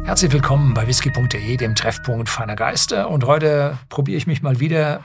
Herzlich willkommen bei whisky.de, dem Treffpunkt feiner Geister. Und heute probiere ich den mal wieder,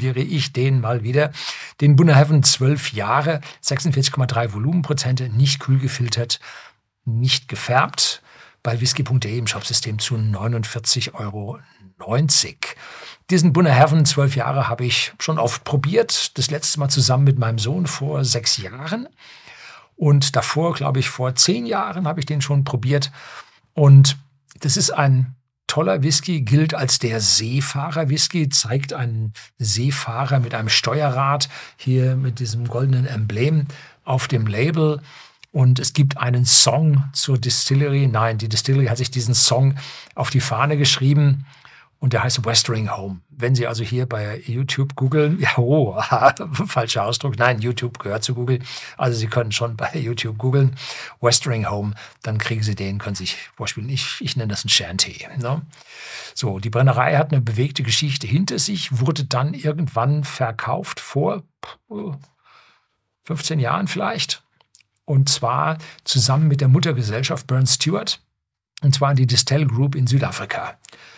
den Bunnahabhain 12 Jahre, 46,3 Volumenprozente, nicht kühl gefiltert, nicht gefärbt, bei whisky.de im Shopsystem zu 49,90 Euro. Diesen Bunnahabhain 12 Jahre habe ich schon oft probiert, das letzte Mal zusammen mit meinem Sohn vor 6 Jahren. Und davor, glaube ich, vor 10 Jahren habe ich den schon probiert. Und das ist ein toller Whisky, gilt als der Seefahrer-Whisky, zeigt einen Seefahrer mit einem Steuerrad, hier mit diesem goldenen Emblem auf dem Label. Und es gibt einen Song zur Distillery. Nein, die Distillery hat sich diesen Song auf die Fahne geschrieben. Und der heißt Westering Home. Wenn Sie also hier bei YouTube googeln, falscher Ausdruck, nein, YouTube gehört zu Google. Also Sie können schon bei YouTube googeln, Westering Home, dann kriegen Sie den, können sich vorspielen. Ich nenne das einen Shanty. Ne? So, die Brennerei hat eine bewegte Geschichte hinter sich, wurde dann irgendwann verkauft, vor 15 Jahren vielleicht. Und zwar zusammen mit der Muttergesellschaft Burn Stewart, und zwar die Distell Group in Südafrika.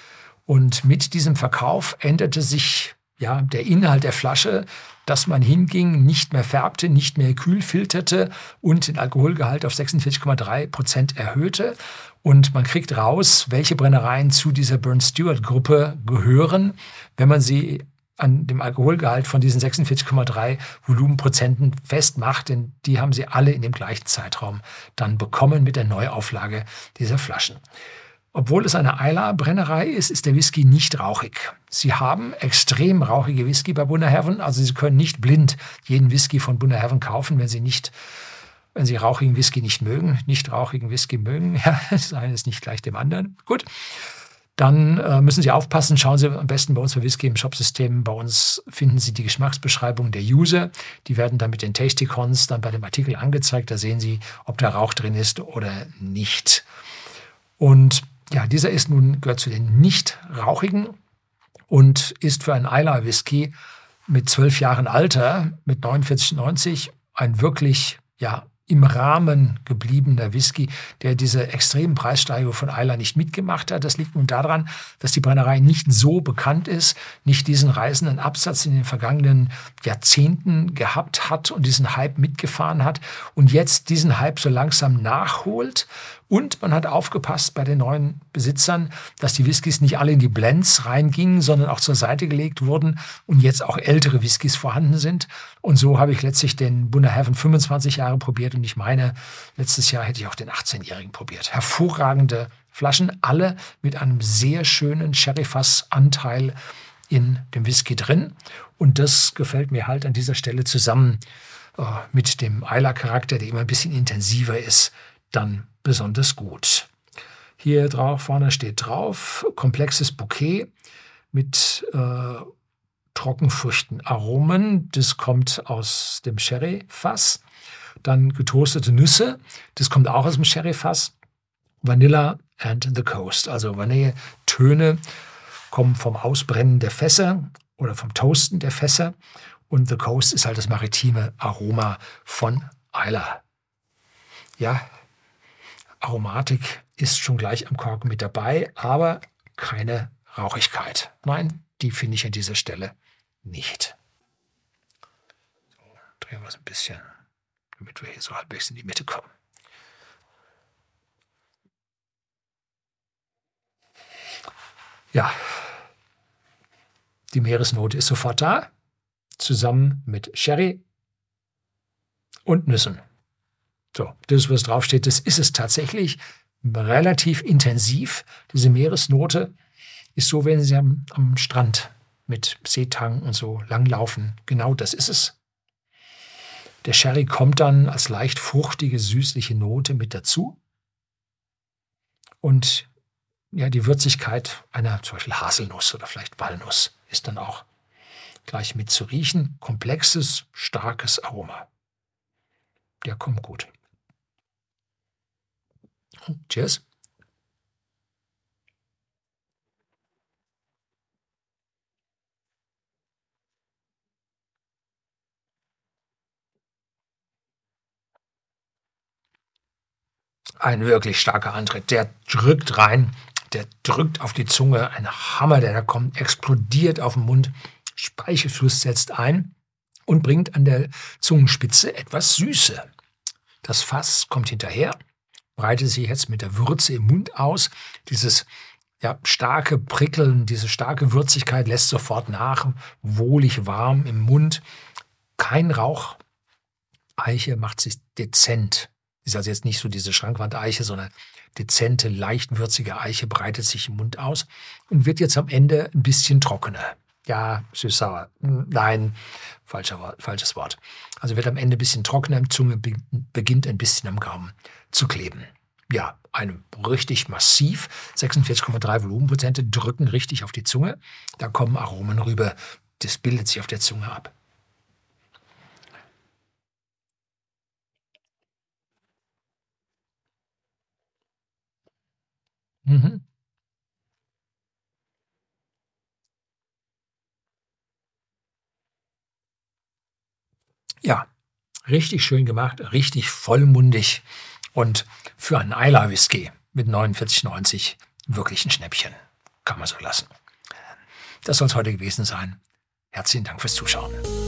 Und mit diesem Verkauf änderte sich der Inhalt der Flasche, dass man hinging, nicht mehr färbte, nicht mehr kühl filterte und den Alkoholgehalt auf 46,3% erhöhte. Und man kriegt raus, welche Brennereien zu dieser Burn Stewart Gruppe gehören, wenn man sie an dem Alkoholgehalt von diesen 46,3 Volumenprozenten festmacht, denn die haben sie alle in dem gleichen Zeitraum dann bekommen mit der Neuauflage dieser Flaschen. Obwohl es eine Islay-Brennerei ist, ist der Whisky nicht rauchig. Sie haben extrem rauchige Whisky bei Bunnahabhain, also Sie können nicht blind jeden Whisky von Bunnahabhain kaufen, wenn Sie rauchigen Whisky nicht mögen, nicht rauchigen Whisky mögen. Ja, das eine ist nicht gleich dem anderen. Gut, dann müssen Sie aufpassen. Schauen Sie am besten bei uns bei Whisky im Shopsystem. Bei uns finden Sie die Geschmacksbeschreibung der User. Die werden dann mit den Tasticons dann bei dem Artikel angezeigt. Da sehen Sie, ob da Rauch drin ist oder nicht. Und ja, dieser gehört zu den nicht rauchigen und ist für einen Islay Whisky mit 12 Jahren Alter, mit 49,90, ein wirklich im Rahmen gebliebener Whisky, der diese extremen Preissteigerungen von Islay nicht mitgemacht hat. Das liegt nun daran, dass die Brennerei nicht so bekannt ist, nicht diesen reißenden Absatz in den vergangenen Jahrzehnten gehabt hat und diesen Hype mitgefahren hat und jetzt diesen Hype so langsam nachholt. Und man hat aufgepasst bei den neuen Besitzern, dass die Whiskys nicht alle in die Blends reingingen, sondern auch zur Seite gelegt wurden und jetzt auch ältere Whiskys vorhanden sind. Und so habe ich letztlich den Bunnahabhain 25 Jahre probiert und ich meine, letztes Jahr hätte ich auch den 18-Jährigen probiert. Hervorragende Flaschen, alle mit einem sehr schönen Sherryfass-Anteil in dem Whisky drin. Und das gefällt mir halt an dieser Stelle zusammen mit dem Islay-Charakter, der immer ein bisschen intensiver ist, dann besonders gut. Hier vorne steht drauf, komplexes Bouquet mit Trockenfrüchten-Aromen. Das kommt aus dem Sherry-Fass. Dann getoastete Nüsse. Das kommt auch aus dem Sherry-Fass. Vanilla and the Coast. Also Vanilletöne kommen vom Ausbrennen der Fässer oder vom Toasten der Fässer. Und the Coast ist halt das maritime Aroma von Islay. Ja, Aromatik ist schon gleich am Korken mit dabei, aber keine Rauchigkeit. Nein, die finde ich an dieser Stelle nicht. So, drehen wir es ein bisschen, damit wir hier so halbwegs in die Mitte kommen. Ja, die Meeresnote ist sofort da, zusammen mit Sherry und Nüssen. So, das, was draufsteht, das ist es tatsächlich. Relativ intensiv. Diese Meeresnote ist so, wenn Sie am Strand mit Seetang und so langlaufen. Genau das ist es. Der Sherry kommt dann als leicht fruchtige, süßliche Note mit dazu. Und die Würzigkeit einer zum Beispiel Haselnuss oder vielleicht Walnuss ist dann auch gleich mit zu riechen. Komplexes, starkes Aroma. Der kommt gut. Cheers. Ein wirklich starker Antritt. Der drückt rein der drückt auf die Zunge, ein Hammer, der da kommt, explodiert auf dem Mund, Speichelfluss setzt ein und bringt an der Zungenspitze etwas Süße. Das Fass kommt hinterher, breitet sich jetzt mit der Würze im Mund aus. Dieses starke Prickeln, diese starke Würzigkeit lässt sofort nach, wohlig warm im Mund. Kein Rauch. Eiche macht sich dezent. Ist also jetzt nicht so diese Schrankwand-Eiche, sondern dezente, leicht würzige Eiche breitet sich im Mund aus und wird jetzt am Ende ein bisschen trockener. Ja, süß-sauer. Nein, falsches Wort. Also wird am Ende ein bisschen trockener, die Zunge beginnt ein bisschen am Gaumen zu kleben. Ja, richtig massiv. 46,3 Volumenprozente drücken richtig auf die Zunge. Da kommen Aromen rüber. Das bildet sich auf der Zunge ab. Mhm. Ja, richtig schön gemacht, richtig vollmundig und für einen Islay Whisky mit 49,90 wirklich ein Schnäppchen. Kann man so lassen. Das soll es heute gewesen sein. Herzlichen Dank fürs Zuschauen.